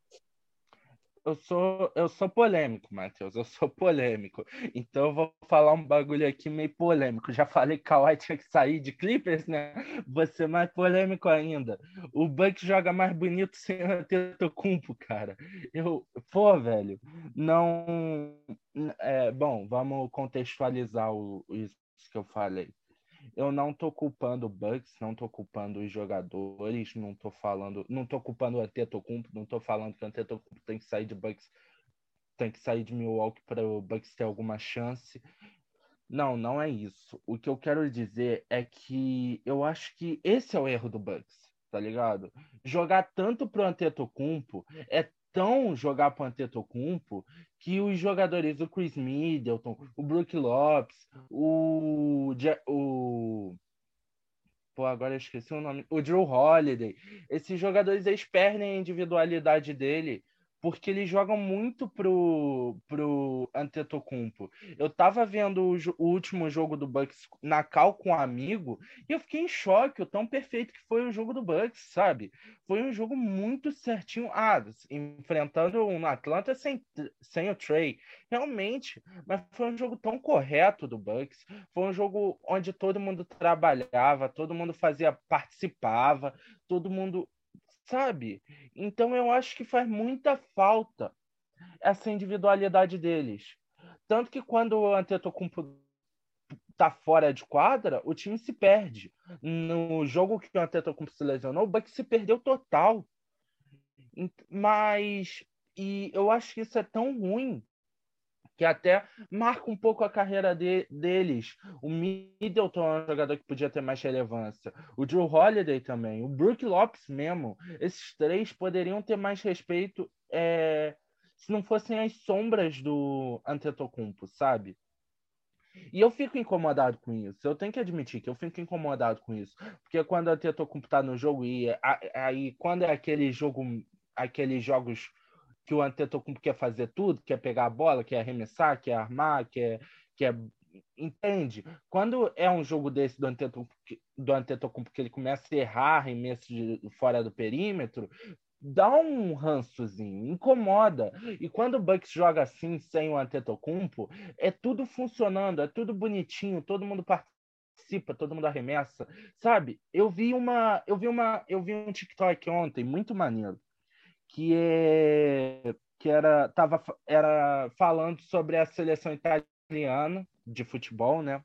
Eu sou, eu sou polêmico, Matheus, eu sou polêmico. Então eu vou falar um bagulho aqui meio polêmico. Já falei que Kawhi tinha que sair de Clippers, né? Vou ser mais polêmico ainda. O Bucks joga mais bonito sem o Antetokounmpo, cara. Eu, pô, velho, não... É, bom, vamos contextualizar o, isso que eu falei. Eu não tô culpando o Bucks, não tô culpando os jogadores, não tô falando, não tô culpando o Antetokounmpo, não tô falando que o Antetokounmpo tem que sair de Bucks tem que sair de Milwaukee para o Bucks ter alguma chance. Não, não é isso. O que eu quero dizer é que eu acho que esse é o erro do Bucks, tá ligado? Jogar tanto pro Antetokounmpo é tão jogar pro Antetokounmpo que os jogadores, o Chris Middleton, o Brook Lopes, o, o Pô, agora eu esqueci o nome. O Drew Holiday. Esses jogadores, eles perdem a individualidade dele porque eles jogam muito pro, pro Antetokounmpo. Eu tava vendo o, o último jogo do Bucks na cal com um amigo e eu fiquei em choque o tão perfeito que foi o jogo do Bucks, sabe? Foi um jogo muito certinho. Ah, enfrentando um Atlanta sem, sem o Trey. Realmente, mas foi um jogo tão correto do Bucks. Foi um jogo onde todo mundo trabalhava, todo mundo fazia, participava, todo mundo, sabe? Então eu acho que faz muita falta essa individualidade deles. Tanto que quando o Antetokounmpo tá fora de quadra, o time se perde. No jogo que o Antetokounmpo se lesionou, o Bucks se perdeu total. Mas e eu acho que isso é tão ruim que até marca um pouco a carreira de, deles. O Middleton é um jogador que podia ter mais relevância. O Drew Holiday também. O Brook Lopes mesmo. Esses três poderiam ter mais respeito é, se não fossem as sombras do Antetokounmpo, sabe? E eu fico incomodado com isso. Eu tenho que admitir que eu fico incomodado com isso. Porque quando o Antetokounmpo tá no jogo e aí quando é aquele jogo, aqueles jogos que o Antetokounmpo quer fazer tudo, quer pegar a bola, quer arremessar, quer armar, quer, quer... Entende? Quando é um jogo desse do Antetokounmpo, do Antetokounmpo que ele começa a errar arremesso de, fora do perímetro, dá um rançozinho, incomoda. E quando o Bucks joga assim, sem o Antetokounmpo, é tudo funcionando, é tudo bonitinho, todo mundo participa, todo mundo arremessa, sabe? Eu vi uma, eu vi uma, eu vi um TikTok ontem muito maneiro, que é que era tava era falando sobre a seleção italiana de futebol, né?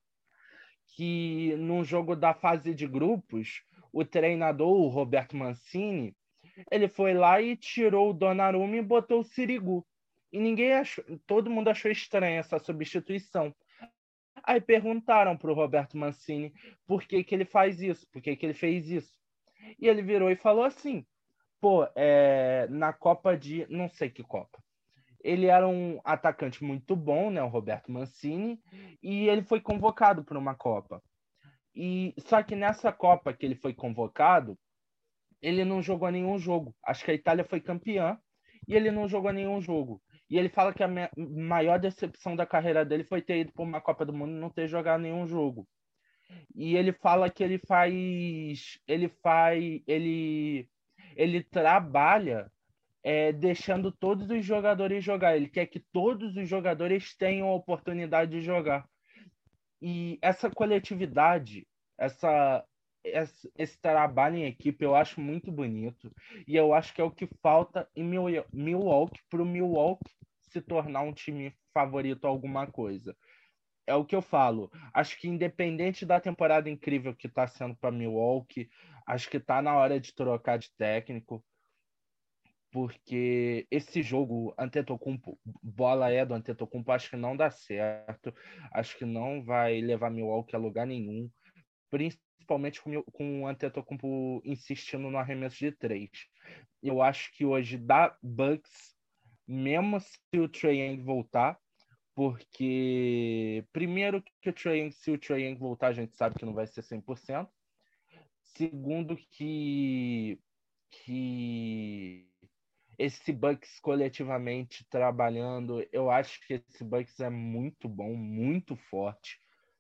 Que num jogo da fase de grupos, o treinador, o Roberto Mancini, ele foi lá e tirou o Donnarumma e botou o Sirigu. E ninguém achou, todo mundo achou estranha essa substituição. Aí perguntaram pro Roberto Mancini por que que ele faz isso, por que que ele fez isso. E ele virou e falou assim: pô, é, na Copa de... não sei que Copa. Ele era um atacante muito bom, né, o Roberto Mancini, e ele foi convocado para uma Copa. E só que nessa Copa que ele foi convocado, ele não jogou nenhum jogo. Acho que a Itália foi campeã e ele não jogou nenhum jogo. E ele fala que a maior decepção da carreira dele foi ter ido para uma Copa do Mundo e não ter jogado nenhum jogo. E ele fala que ele faz, ele faz, ele ele trabalha é, deixando todos os jogadores jogar. Ele quer que todos os jogadores tenham a oportunidade de jogar. E essa coletividade, essa, esse, esse trabalho em equipe, eu acho muito bonito. E eu acho que é o que falta em Milwaukee para o Milwaukee se tornar um time favorito a alguma coisa. É o que eu falo. Acho que independente da temporada incrível que está sendo para Milwaukee, acho que está na hora de trocar de técnico, porque esse jogo Antetokounmpo, bola é do Antetokounmpo, acho que não dá certo, acho que não vai levar Milwaukee a lugar nenhum, principalmente com, com o Antetokounmpo insistindo no arremesso de três. Eu acho que hoje dá Bucks, mesmo se o Trae Young voltar, porque primeiro que o Trae Young, se o Trae Young voltar, a gente sabe que não vai ser cem por cento. Segundo que que esse Bucks coletivamente trabalhando, eu acho que esse Bucks é muito bom, muito forte,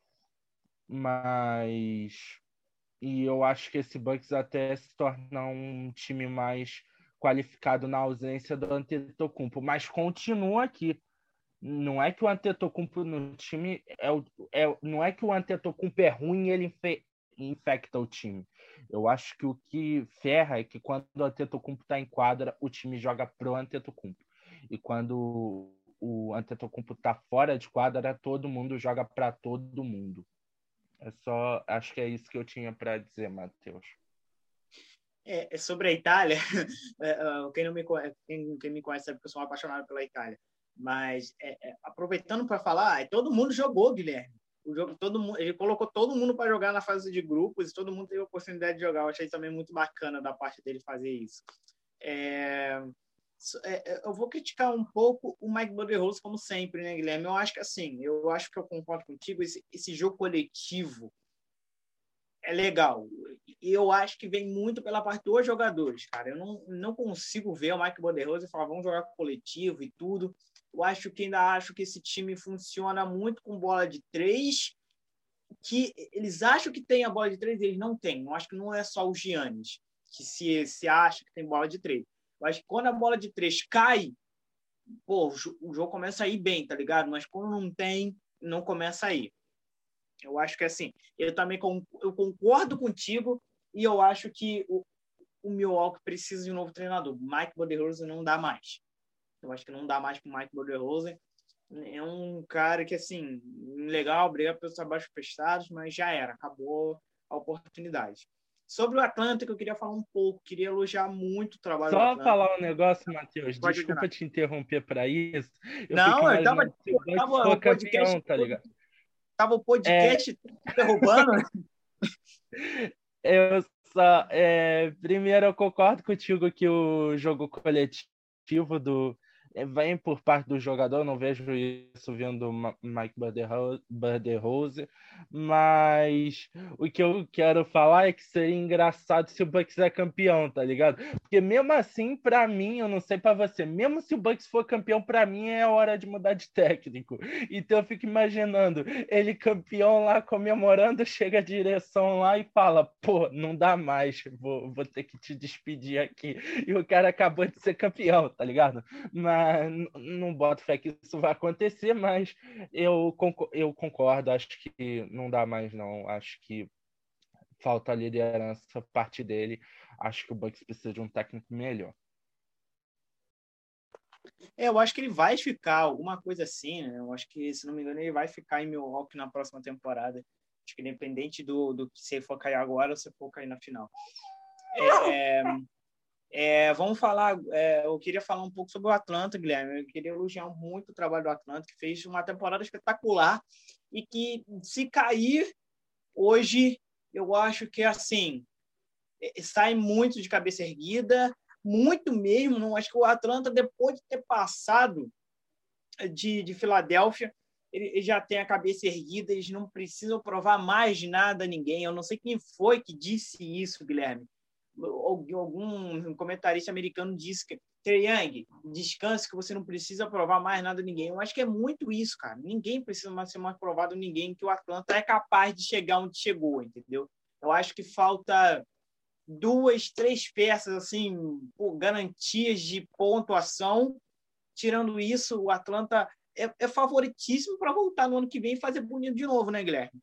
mas e eu acho que esse Bucks até se torna um time mais qualificado na ausência do Antetokounmpo, mas continua aqui. Não é que o Antetokounmpo no time é, o, é não é que o Antetokounmpo é ruim e ele infe, infecta o time. Eu acho que o que ferra é que quando o Antetokounmpo está em quadra, o time joga pro Antetokounmpo. E quando o Antetokounmpo está fora de quadra, todo mundo joga para todo mundo. É só, acho que é isso que eu tinha para dizer, Matheus. É, é sobre a Itália, é, quem, não me, quem, quem me conhece sabe que eu sou um apaixonado pela Itália. Mas, é, é, aproveitando para falar, todo mundo jogou, Guilherme. O jogo, todo mundo, ele colocou todo mundo para jogar na fase de grupos e todo mundo teve a oportunidade de jogar. Eu achei também muito bacana da parte dele fazer isso. É, é, eu vou criticar um pouco o Mike Budenholzer, como sempre, né, Guilherme? Eu acho que, assim, eu acho que eu concordo contigo, esse, esse jogo coletivo é legal. E eu acho que vem muito pela parte dos jogadores, cara. Eu não, não consigo ver o Mike Budenholzer falar, vamos jogar coletivo e tudo. Eu acho que ainda acho que esse time funciona muito com bola de três, que eles acham que tem a bola de três, eles não têm. Eu acho que não é só o Giannis que se, se acha que tem bola de três. Eu acho que quando a bola de três cai, pô, o jogo começa a ir bem, tá ligado? Mas quando não tem, não começa a ir. Eu acho que, assim, eu também eu concordo contigo e eu acho que o, o Milwaukee precisa de um novo treinador. Mike Budenholzer não dá mais. Eu acho que não dá mais para o Mike Budenholzer. É um cara que, assim, legal, obrigado pelos trabalhos prestados, mas já era, acabou a oportunidade. Sobre o Atlanta, que eu queria falar um pouco, queria elogiar muito o trabalho do Só Atlanta. falar um negócio, Matheus, Pode desculpa adicionar. te interromper para isso. Eu fico Não, eu tava, imaginando se o Bucks tava for o podcast, campeão, tá ligado? tava o É, podcast derrubando. eu só, é, primeiro, eu concordo contigo que o jogo coletivo do é, vem por parte do jogador, não vejo isso vindo do Ma- Mike Budenholzer, Budenholzer, mas o que eu quero falar é que seria engraçado se o Bucks é campeão, tá ligado? Porque mesmo assim, pra mim, eu não sei pra você, mesmo se o Bucks for campeão, pra mim é hora de mudar de técnico. Então eu fico imaginando ele campeão lá comemorando, chega a direção lá e fala, pô, não dá mais, vou, vou ter que te despedir aqui. E o cara acabou de ser campeão, tá ligado? Mas não boto fé que isso vai acontecer, mas eu, eu concordo, acho que não dá mais não, acho que falta liderança parte dele, acho que o Bucks precisa de um técnico melhor. É, eu acho que ele vai ficar, alguma coisa assim, né? Eu acho que, se não me engano, ele vai ficar em Milwaukee na próxima temporada. Acho que independente do, do se ele for cair agora ou se for cair na final. É, é, vamos falar, é, eu queria falar um pouco sobre o Atlanta, Guilherme. Eu queria elogiar muito o trabalho do Atlanta, que fez uma temporada espetacular e que, se cair hoje, eu acho que, assim, sai muito de cabeça erguida, muito mesmo. Não acho que o Atlanta, depois de ter passado de, de Filadélfia, ele, ele já tem a cabeça erguida, eles não precisam provar mais de nada a ninguém. Eu não sei quem foi que disse isso, Guilherme. Algum comentarista americano disse que Trae Young, descanse que você não precisa provar mais nada a ninguém. Eu acho que é muito isso, cara. Ninguém precisa mais ser mais provado a ninguém, que o Atlanta é capaz de chegar onde chegou, entendeu? Eu acho que falta duas, três peças, assim, por garantias de pontuação. Tirando isso, o Atlanta é, é favoritíssimo para voltar no ano que vem e fazer bonito de novo, né, Guilherme?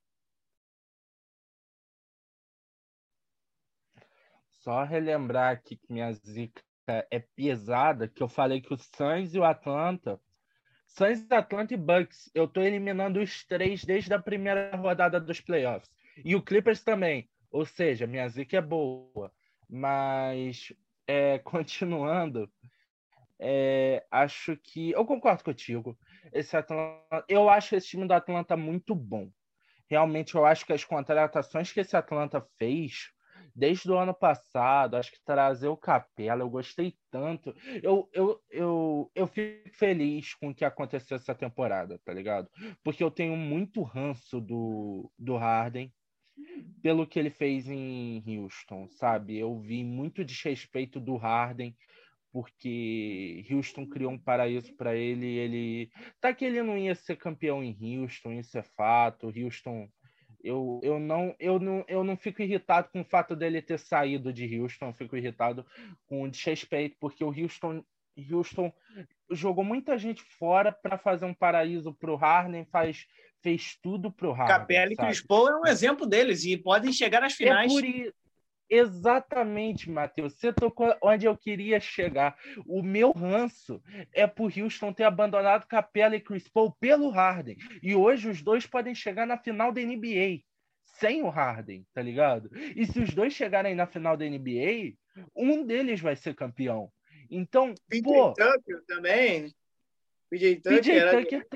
Só relembrar aqui que minha zica é pesada, que eu falei que o Suns e o Atlanta, Suns, Atlanta e Bucks, eu tô eliminando os três desde a primeira rodada dos playoffs. E o Clippers também. Ou seja, minha zica é boa. Mas, é, continuando, é, acho que... Eu concordo contigo. Esse Atlanta, eu acho esse time do Atlanta muito bom. Realmente, eu acho que as contratações que esse Atlanta fez desde o ano passado, acho que trazer o Capela, eu gostei tanto. Eu, eu, eu, eu fico feliz com o que aconteceu essa temporada, tá ligado? Porque eu tenho muito ranço do, do Harden pelo que ele fez em Houston, sabe? Eu vi muito desrespeito do Harden porque Houston criou um paraíso para ele, ele tá que ele não ia ser campeão em Houston, isso é fato. Houston, eu, eu não eu não eu não fico irritado com o fato dele ter saído de Houston, eu fico irritado com o desrespeito, porque o Houston Houston jogou muita gente fora para fazer um paraíso pro Harden, faz fez tudo pro Harden, Capela e Chris sabe? Paul é um exemplo deles e podem chegar nas É finais. por isso. Exatamente, Matheus. Você tocou onde eu queria chegar. O meu ranço é por Houston ter abandonado Capela e Chris Paul pelo Harden. E hoje os dois podem chegar na final da N B A sem o Harden, tá ligado? E se os dois chegarem na final da N B A, um deles vai ser campeão. Então, P J pô, Tucker também. P J Tucker, P J era... Tucker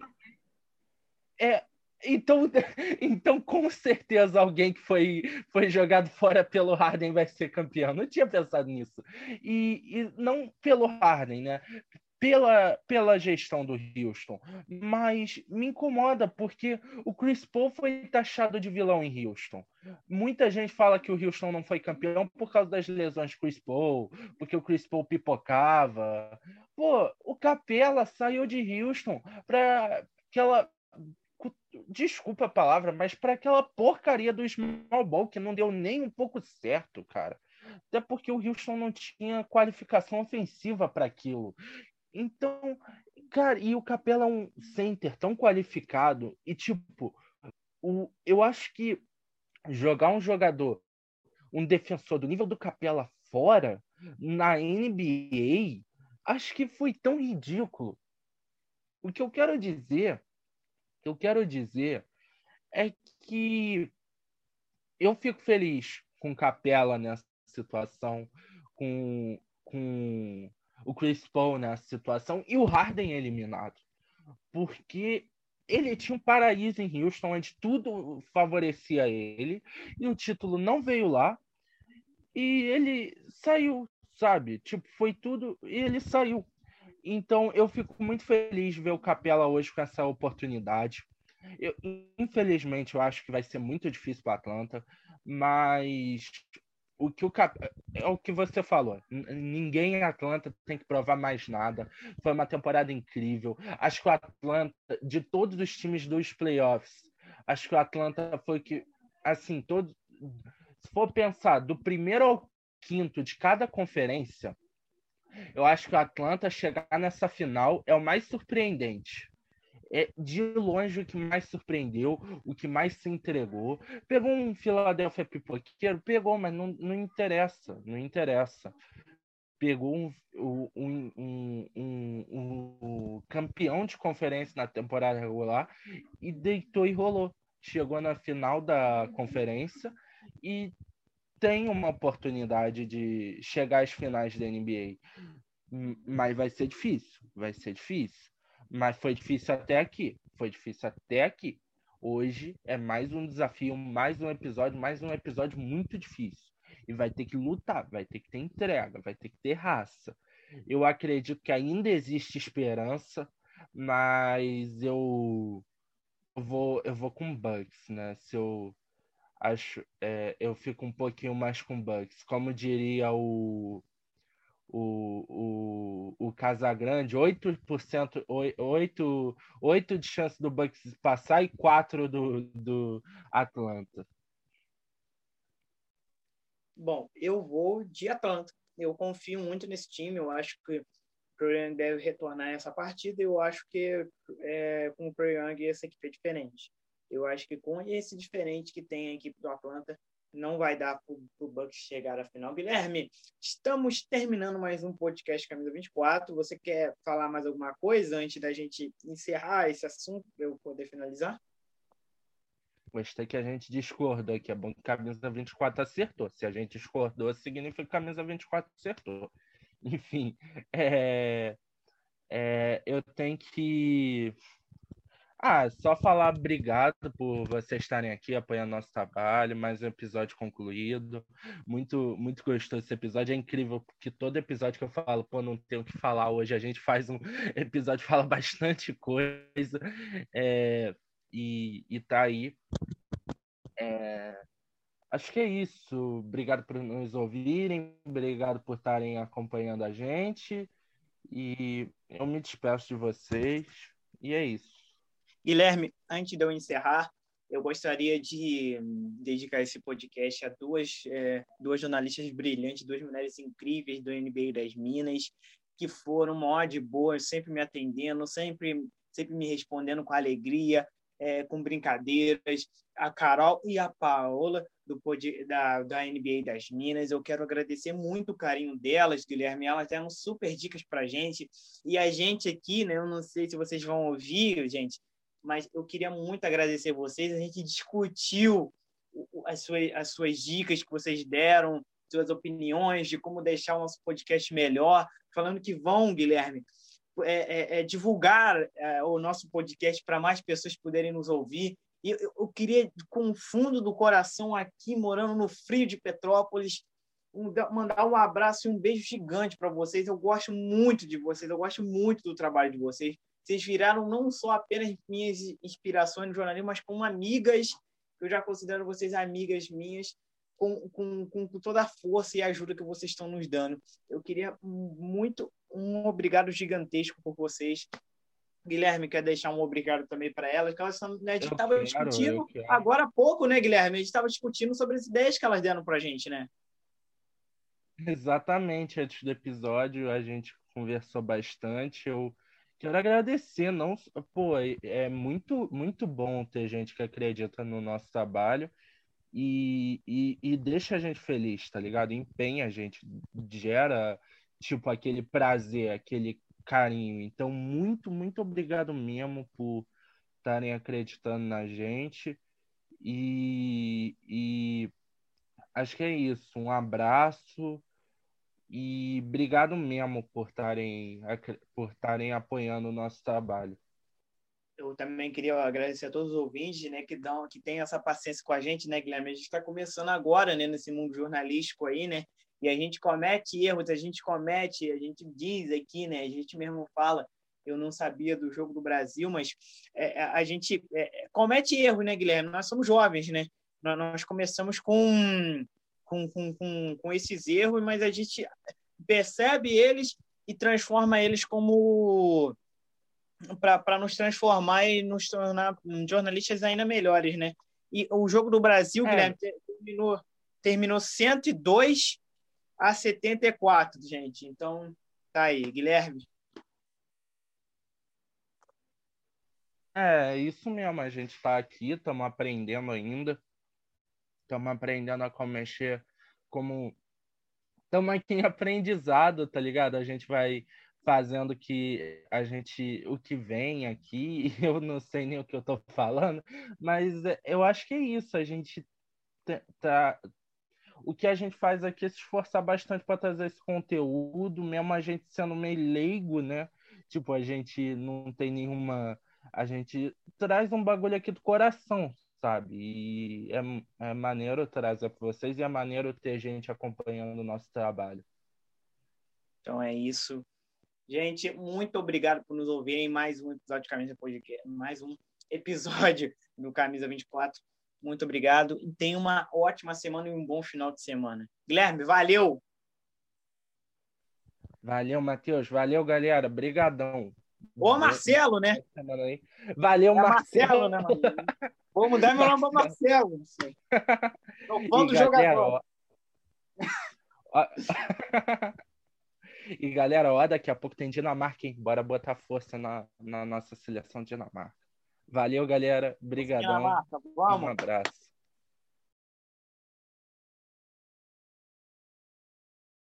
é, então, então, com certeza, alguém que foi, foi jogado fora pelo Harden vai ser campeão. Não tinha pensado nisso. E, e não pelo Harden, né? Pela, pela gestão do Houston. Mas me incomoda porque o Chris Paul foi taxado de vilão em Houston. Muita gente fala que o Houston não foi campeão por causa das lesões de Chris Paul, porque o Chris Paul pipocava. Pô, o Capela saiu de Houston para aquela... Desculpa a palavra, mas para aquela porcaria do small ball que não deu nem um pouco certo, cara. Até porque o Houston não tinha qualificação ofensiva para aquilo. Então, cara, e o Capela é um center tão qualificado e, tipo, o, eu acho que jogar um jogador, um defensor do nível do Capela fora, na N B A, acho que foi tão ridículo. O que eu quero dizer, o que eu quero dizer é que eu fico feliz com o Capela nessa situação, com, com o Chris Paul nessa situação e o Harden eliminado. Porque ele tinha um paraíso em Houston, onde tudo favorecia ele, e o título não veio lá, e ele saiu, sabe? Tipo, foi tudo, e ele saiu. Então, eu fico muito feliz de ver o Capela hoje com essa oportunidade. Eu, infelizmente, eu acho que vai ser muito difícil para o Atlanta, mas o que o Cap... é o que você falou. Ninguém em Atlanta tem que provar mais nada. Foi uma temporada incrível. Acho que o Atlanta, de todos os times dos playoffs, acho que o Atlanta foi que, assim, todo... se for pensar do primeiro ao quinto de cada conferência, eu acho que o Atlanta chegar nessa final é o mais surpreendente. É de longe o que mais surpreendeu, o que mais se entregou. Pegou um Philadelphia pipoqueiro? Pegou, mas não, não interessa, não interessa. Pegou um, um, um, um, um campeão de conferência na temporada regular e deitou e rolou. Chegou na final da conferência e tem uma oportunidade de chegar às finais da N B A. Mas vai ser difícil, vai ser difícil. Mas foi difícil até aqui. Foi difícil até aqui. Hoje é mais um desafio, mais um episódio, mais um episódio muito difícil. E vai ter que lutar, vai ter que ter entrega, vai ter que ter raça. Eu acredito que ainda existe esperança, mas eu vou, eu vou com Bucks, né? Se eu acho, é, eu fico um pouquinho mais com Bucks. Como diria o o, o, o Casagrande, oito por cento, oito, oito de chance do Bucks passar e quatro do, do Atlanta. Bom, eu vou de Atlanta. Eu confio muito nesse time. Eu acho que o Trae Young deve retornar essa partida. Eu acho que é, com o Trae Young essa equipe é diferente. Eu acho que com esse diferente que tem a equipe do Atlanta, não vai dar para o Bucks chegar à final. Guilherme, estamos terminando mais um podcast Camisa vinte e quatro. Você quer falar mais alguma coisa antes da gente encerrar esse assunto para eu poder finalizar? Gostei que a gente discordou aqui. É bom que a Camisa vinte e quatro acertou. Se a gente discordou, significa que a Camisa vinte e quatro acertou. Enfim, é... É... eu tenho que... Ah, só falar obrigado por vocês estarem aqui apoiando nosso trabalho, mais um episódio concluído. Muito, muito gostoso esse episódio. É incrível, porque todo episódio que eu falo, pô, não tenho o que falar hoje, a gente faz um episódio que fala bastante coisa. É, e, e tá aí. É, acho que é isso. Obrigado por nos ouvirem, obrigado por estarem acompanhando a gente. E eu me despeço de vocês. E é isso. Guilherme, antes de eu encerrar, eu gostaria de dedicar esse podcast a duas, é, duas jornalistas brilhantes, duas mulheres incríveis do N B A das Minas, que foram mó de boa, sempre me atendendo, sempre, sempre me respondendo com alegria, é, com brincadeiras. A Carol e a Paola, do, da, da N B A das Minas. Eu quero agradecer muito o carinho delas, Guilherme. Elas deram super dicas para a gente. E a gente aqui, né, eu não sei se vocês vão ouvir, gente, mas eu queria muito agradecer vocês. A gente discutiu as suas, as suas dicas que vocês deram, suas opiniões de como deixar o nosso podcast melhor, falando que vão, Guilherme, é, é, é, divulgar é, o nosso podcast para mais pessoas poderem nos ouvir. E eu, eu queria, com o fundo do coração aqui, morando no frio de Petrópolis, um, mandar um abraço e um beijo gigante para vocês. Eu gosto muito de vocês, eu gosto muito do trabalho de vocês. Vocês viraram não só apenas minhas inspirações no jornalismo, mas como amigas. Eu já considero vocês amigas minhas, com, com, com toda a força e ajuda que vocês estão nos dando. Eu queria muito um obrigado gigantesco por vocês. Guilherme, quer deixar um obrigado também para elas, que elas estão, né, a gente estava discutindo agora há pouco, né, Guilherme? A gente estava discutindo sobre as ideias que elas deram para a gente, né? Exatamente, antes do episódio a gente conversou bastante. Eu quero agradecer, não, pô, é muito, muito bom ter gente que acredita no nosso trabalho e, e, e deixa a gente feliz, tá ligado? Empenha a gente, gera, tipo, aquele prazer, aquele carinho. Então, muito, muito obrigado mesmo por estarem acreditando na gente e, e acho que é isso. Um abraço. E obrigado mesmo por estarem por estarem apoiando o nosso trabalho. Eu também queria agradecer a todos os ouvintes, né, que dão, que têm essa paciência com a gente, né, Guilherme? A gente está começando agora, né, nesse mundo jornalístico aí, né? E a gente comete erros, a gente comete, a gente diz aqui, né? A gente mesmo fala, eu não sabia do jogo do Brasil, mas é, a gente é, comete erros, né, Guilherme? Nós somos jovens, né? Nós, nós começamos com Com, com, com, com esses erros, mas a gente percebe eles e transforma eles como para nos transformar e nos tornar jornalistas ainda melhores, né? E o jogo do Brasil, é. Guilherme, terminou, terminou cento e dois a setenta e quatro, gente. Então, tá aí, Guilherme. É, isso mesmo, a gente está aqui, estamos aprendendo ainda. Estamos aprendendo a como mexer, como estamos aqui em aprendizado, tá ligado? A gente vai fazendo que a gente, o que vem aqui, eu não sei nem o que eu tô falando, mas eu acho que é isso, a gente tá, o que a gente faz aqui é se esforçar bastante para trazer esse conteúdo, mesmo a gente sendo meio leigo, né? Tipo, a gente não tem nenhuma, a gente traz um bagulho aqui do coração, sabe? E é, é maneiro trazer para vocês e é maneiro ter gente acompanhando o nosso trabalho. Então é isso. Gente, muito obrigado por nos ouvirem. Mais um episódio de Camisa Podcast, mais um episódio do Camisa vinte e quatro. Muito obrigado e tenha uma ótima semana e um bom final de semana. Guilherme, valeu! Valeu, Matheus. Valeu, galera. Brigadão. Ô, Marcelo, né? Valeu, é Marcelo. Marcelo, né, Marcelo? Vou mudar meu nome para Marcelo. Tô fã do jogador. Ó... E, galera, ó, daqui a pouco tem Dinamarca, hein? Bora botar força na, na nossa seleção Dinamarca. Valeu, galera. Brigadão. Dinamarca, vamos. Um abraço.